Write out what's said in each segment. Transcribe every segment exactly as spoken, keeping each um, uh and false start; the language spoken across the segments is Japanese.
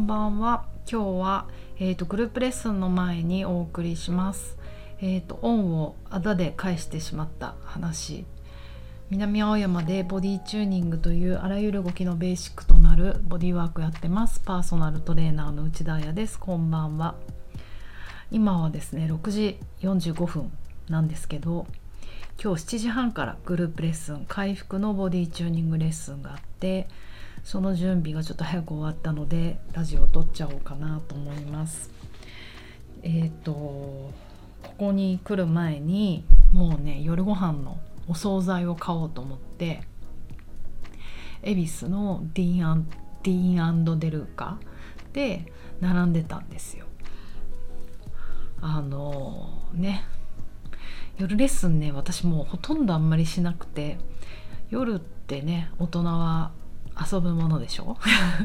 んばんは。今日は、えーと、グループレッスンの前にお送りします。えーと、オンをあだで返してしまった話。南青山でボディチューニングというあらゆる動きのベーシックとなるボディワークやってます。パーソナルトレーナーの内田彩です。こんばんは。今はですねろくじよんじゅうごふんなんですけど、今日しちじはんからグループレッスン回復のボディチューニングレッスンがあって、その準備がちょっと早く終わったのでラジオを撮っちゃおうかなと思います。えっとここに来る前にもうね夜ご飯のお惣菜を買おうと思って恵比寿のディーン、ディーン&デルーカで並んでたんですよ。あのね夜レッスンね、私もうほとんどあんまりしなくて、夜ってね大人は遊ぶものでしょ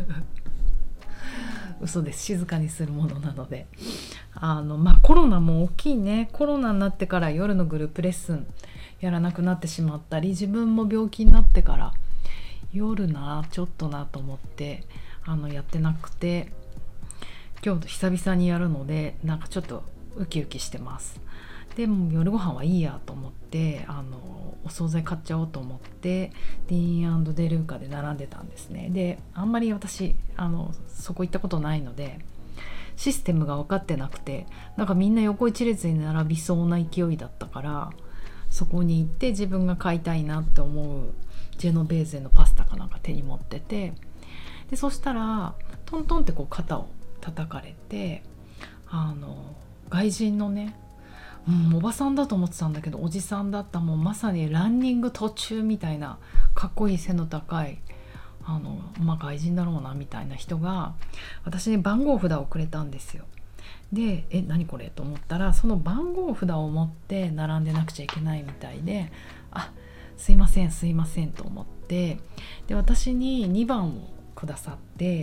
嘘です。静かにするものなので、あのまあコロナも大きいね。コロナになってから夜のグループレッスンやらなくなってしまったり、自分も病気になってから夜なちょっとなと思ってあのやってなくて、今日久々にやるのでなんかちょっとウキウキしてます。でも夜ご飯はいいやと思ってあのお惣菜買っちゃおうと思ってディーン&デルーカで並んでたんですね。であんまり私あのそこ行ったことないのでシステムが分かってなくて、なんかみんな横一列に並びそうな勢いだったから、そこに行って自分が買いたいなって思うジェノベーゼのパスタかなんか手に持ってて、でそしたらトントンってこう肩を叩かれて、あの外人のね、うん、おばさんだと思ってたんだけどおじさんだった。もうまさにランニング途中みたいなかっこいい背の高いあの、まあ、外人だろうなみたいな人が私に番号札をくれたんですよ。でえ何これと思ったら、その番号札を持って並んでなくちゃいけないみたいで、あすいませんすいませんと思って、で私ににばんをくださって、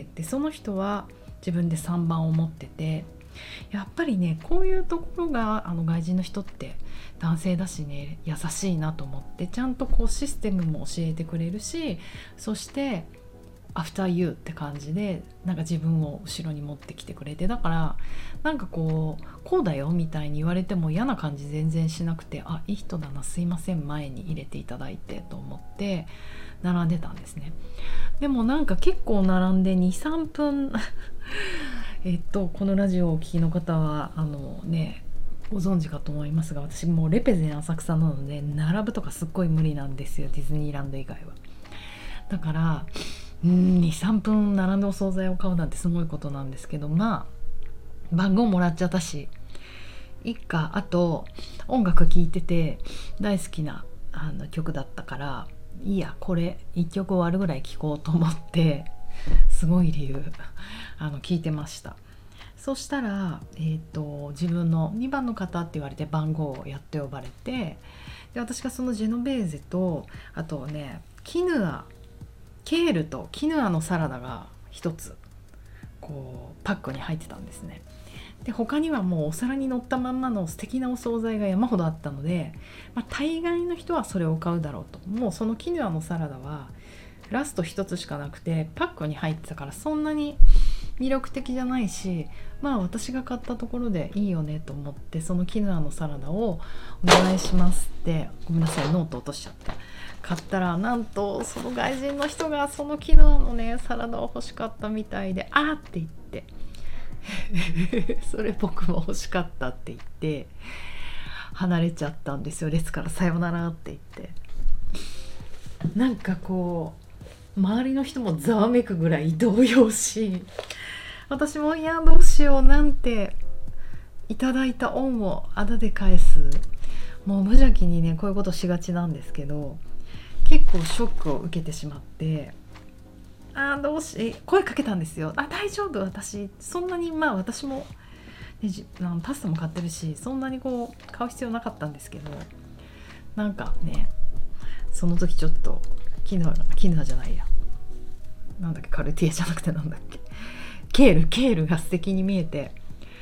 でその人は自分でさんばんを持ってて、やっぱりねこういうところがあの外人の人って男性だしね優しいなと思って、ちゃんとこうシステムも教えてくれるし、そしてアフターユーって感じでなんか自分を後ろに持ってきてくれて、だからなんかこうこうだよみたいに言われても嫌な感じ全然しなくて、あいい人だなすいません前に入れていただいてと思って並んでたんですね。でもなんか結構並んで にさんぷんえっとこのラジオをお聞きの方はあのねご存知かと思いますが、私もうレペゼン浅草なので並ぶとかすっごい無理なんですよ、ディズニーランド以外は。だからにさんぷん並んでお惣菜を買うなんてすごいことなんですけど、まあ番号もらっちゃったしいっか。あと音楽聴いてて大好きなあの曲だったから、いいやこれいっきょく終わるぐらい聴こうと思ってすごい理由あの聴いてました。そしたら、えーと、自分のにばんの方って言われて番号をやって呼ばれて、で私がそのジェノベーゼとあとねキヌアケールとキヌアのサラダが一つこうパックに入ってたんですね。で他にはもうお皿に乗ったまんまの素敵なお惣菜が山ほどあったので、まあ、大概の人はそれを買うだろうと。もうそのキヌアのサラダはラスト一つしかなくてパックに入ってたからそんなに魅力的じゃないし、まあ私が買ったところでいいよねと思って、そのキヌアのサラダをお願いしますって、ごめんなさいノート落としちゃって買ったら、なんとその外人の人がそのキヌアのねサラダを欲しかったみたいで、あーって言ってそれ僕も欲しかったって言って離れちゃったんですよ。列からさよならって言って、なんかこう周りの人もざわめくぐらい動揺し、私もいやどうしようなんていただいた恩をあだで返す、もう無邪気にねこういうことしがちなんですけど、結構ショックを受けてしまって、あーどうし声かけたんですよ。あ大丈夫私そんなにまあ私も、ね、じあのパスタも買ってるしそんなにこう買う必要なかったんですけど、なんかねその時ちょっとキヌアキヌアじゃないやなんだっけカルティエじゃなくてなんだっけケールケールが素敵に見えて、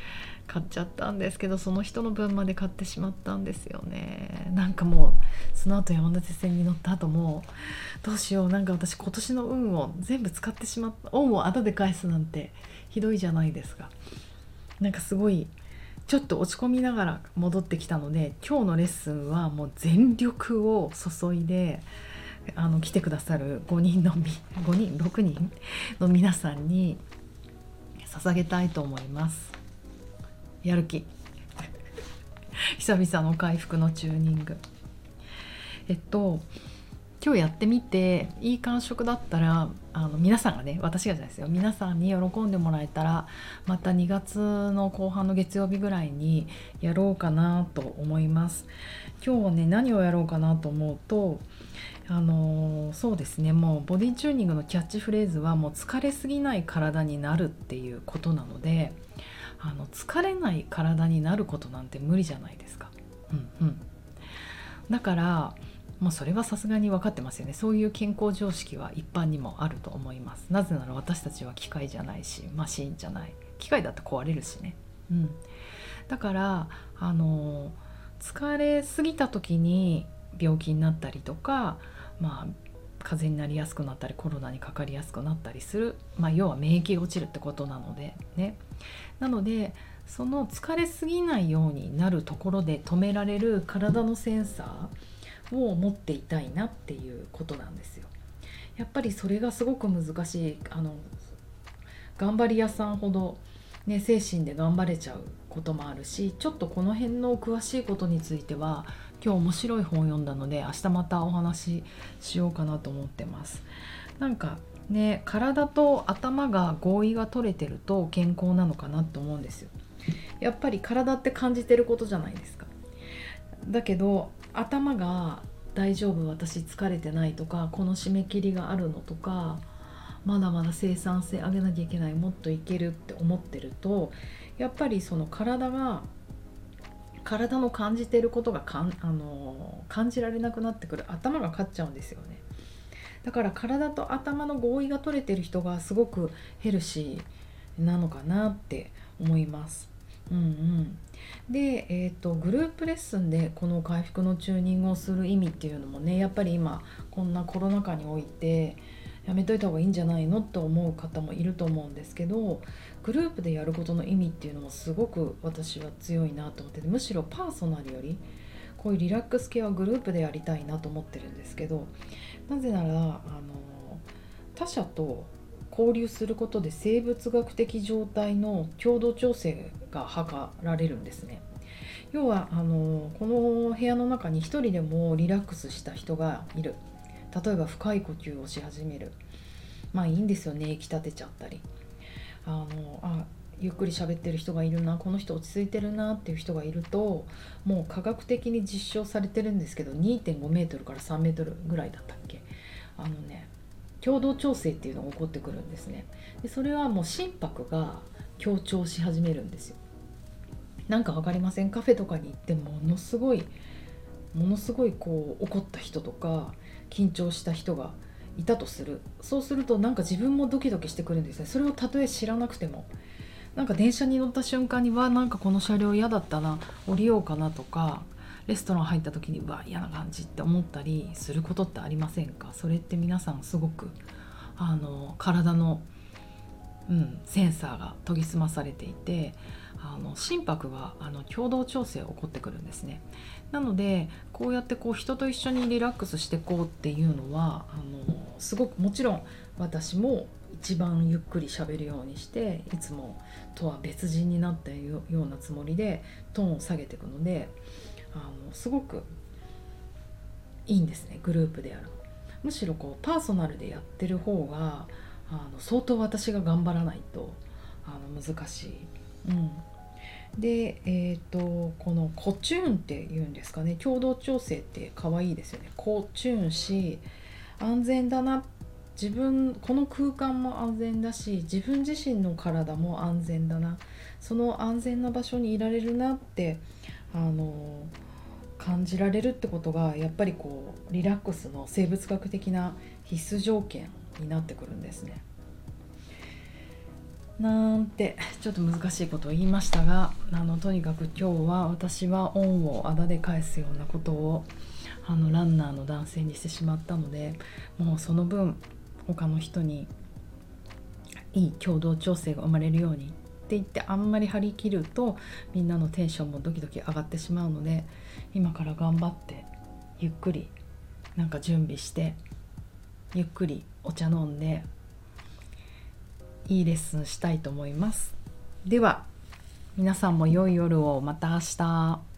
買っちゃったんですけど、その人の分まで買ってしまったんですよね。なんかもうその後山手線に乗った後もどうしよう、なんか私今年の運を全部使ってしまった、恩を後で返すなんてひどいじゃないですか。なんかすごいちょっと落ち込みながら戻ってきたので、今日のレッスンはもう全力を注いで、あの来てくださるごにんのみごにんろくにんの皆さんに捧げたいと思います。やる気久々の回復のチューニング。えっと今日やってみていい感触だったら、あの皆さんがね、私がじゃないですよ、皆さんに喜んでもらえたら、またにがつの後半の月曜日ぐらいにやろうかなと思います。今日はね、何をやろうかなと思うと、あのー、そうですね、もうボディチューニングのキャッチフレーズはもう疲れすぎない体になるっていうことなので、あの疲れない体になることなんて無理じゃないですか。うんうん。だからもうそれはさすがに分かってますよね。そういう健康常識は一般にもあると思います。なぜなら私たちは機械じゃないし、マシンじゃない。機械だって壊れるしね。うん。だからあの疲れすぎた時に病気になったりとか、まあ風邪になりやすくなったり、コロナにかかりやすくなったりする、まあ、要は免疫が落ちるってことなのでね。なのでその疲れすぎないようになるところで止められる体のセンサーを持っていたいなっていうことなんですよ。やっぱりそれがすごく難しい。あの頑張り屋さんほど、ね、精神で頑張れちゃうこともあるし、ちょっとこの辺の詳しいことについては今日面白い本を読んだので、明日またお話ししようかなと思ってます。なんかね、体と頭が合意が取れてると健康なのかなと思うんですよ。やっぱり体って感じてることじゃないですか。だけど頭が大丈夫、私疲れてないとか、この締め切りがあるのとか、まだまだ生産性上げなきゃいけない、もっといけるって思ってると、やっぱりその体が体の感じてることがかんあの感じられなくなってくる。頭が勝っちゃうんですよね。だから体と頭の合意が取れてる人がすごくヘルシーなのかなって思います。うんうん。で、えーと、グループレッスンでこの回復のチューニングをする意味っていうのもね、やっぱり今こんなコロナ禍においてやめといた方がいいんじゃないのって思う方もいると思うんですけど、グループでやることの意味っていうのもすごく私は強いなと思ってて、むしろパーソナルよりこういうリラックス系はグループでやりたいなと思ってるんですけど、なぜならあの他者と交流することで生物学的状態の共同調整が図られるんですね。要はあのこの部屋の中に一人でもリラックスした人がいる。例えば深い呼吸をし始める。まあいいんですよね、息立てちゃったり、あのあゆっくり喋ってる人がいるな、この人落ち着いてるなっていう人がいると、もう科学的に実証されてるんですけど にてんごメートルからさんメートルぐらいだったっけ、あのね共同調整っていうのが起こってくるんですね。でそれはもう心拍が強調し始めるんですよ。なんかわかりません？カフェとかに行ってものすごいものすごいこう怒った人とか緊張した人がいたとする。そうするとなんか自分もドキドキしてくるんですね。それをたとえ知らなくても、なんか電車に乗った瞬間にはなんかこの車両嫌だったな、降りようかなとか、レストラン入った時にうわ嫌な感じって思ったりすることってありませんか？それって皆さんすごくあの体の、うん、センサーが研ぎ澄まされていて、あの心拍があの共同調整が起こってくるんですね。なのでこうやってこう人と一緒にリラックスしていこうっていうのはあのすごく、もちろん私も一番ゆっくり喋るようにして、いつもとは別人になったようなつもりでトーンを下げていくので、あのすごくいいんですね、グループでやる。むしろこうパーソナルでやってる方があの相当私が頑張らないとあの難しい。うん、で、えーと、このコチューンっていうんですかね、共同調整って可愛いですよね。コチューンし、安全だな、自分この空間も安全だし、自分自身の体も安全だな、その安全な場所にいられるなってあの感じられるってことが、やっぱりこうリラックスの生物学的な必須条件になってくるんですね。なんてちょっと難しいことを言いましたが、 あのとにかく今日は私は恩をあだで返すようなことをあのランナーの男性にしてしまったので、もうその分他の人にいい共同調整が生まれるようにって言ってあんまり張り切るとみんなのテンションもドキドキ上がってしまうので、今から頑張ってゆっくりなんか準備してゆっくりお茶飲んでいいレッスンしたいと思います。では皆さんも良い夜を。また明日。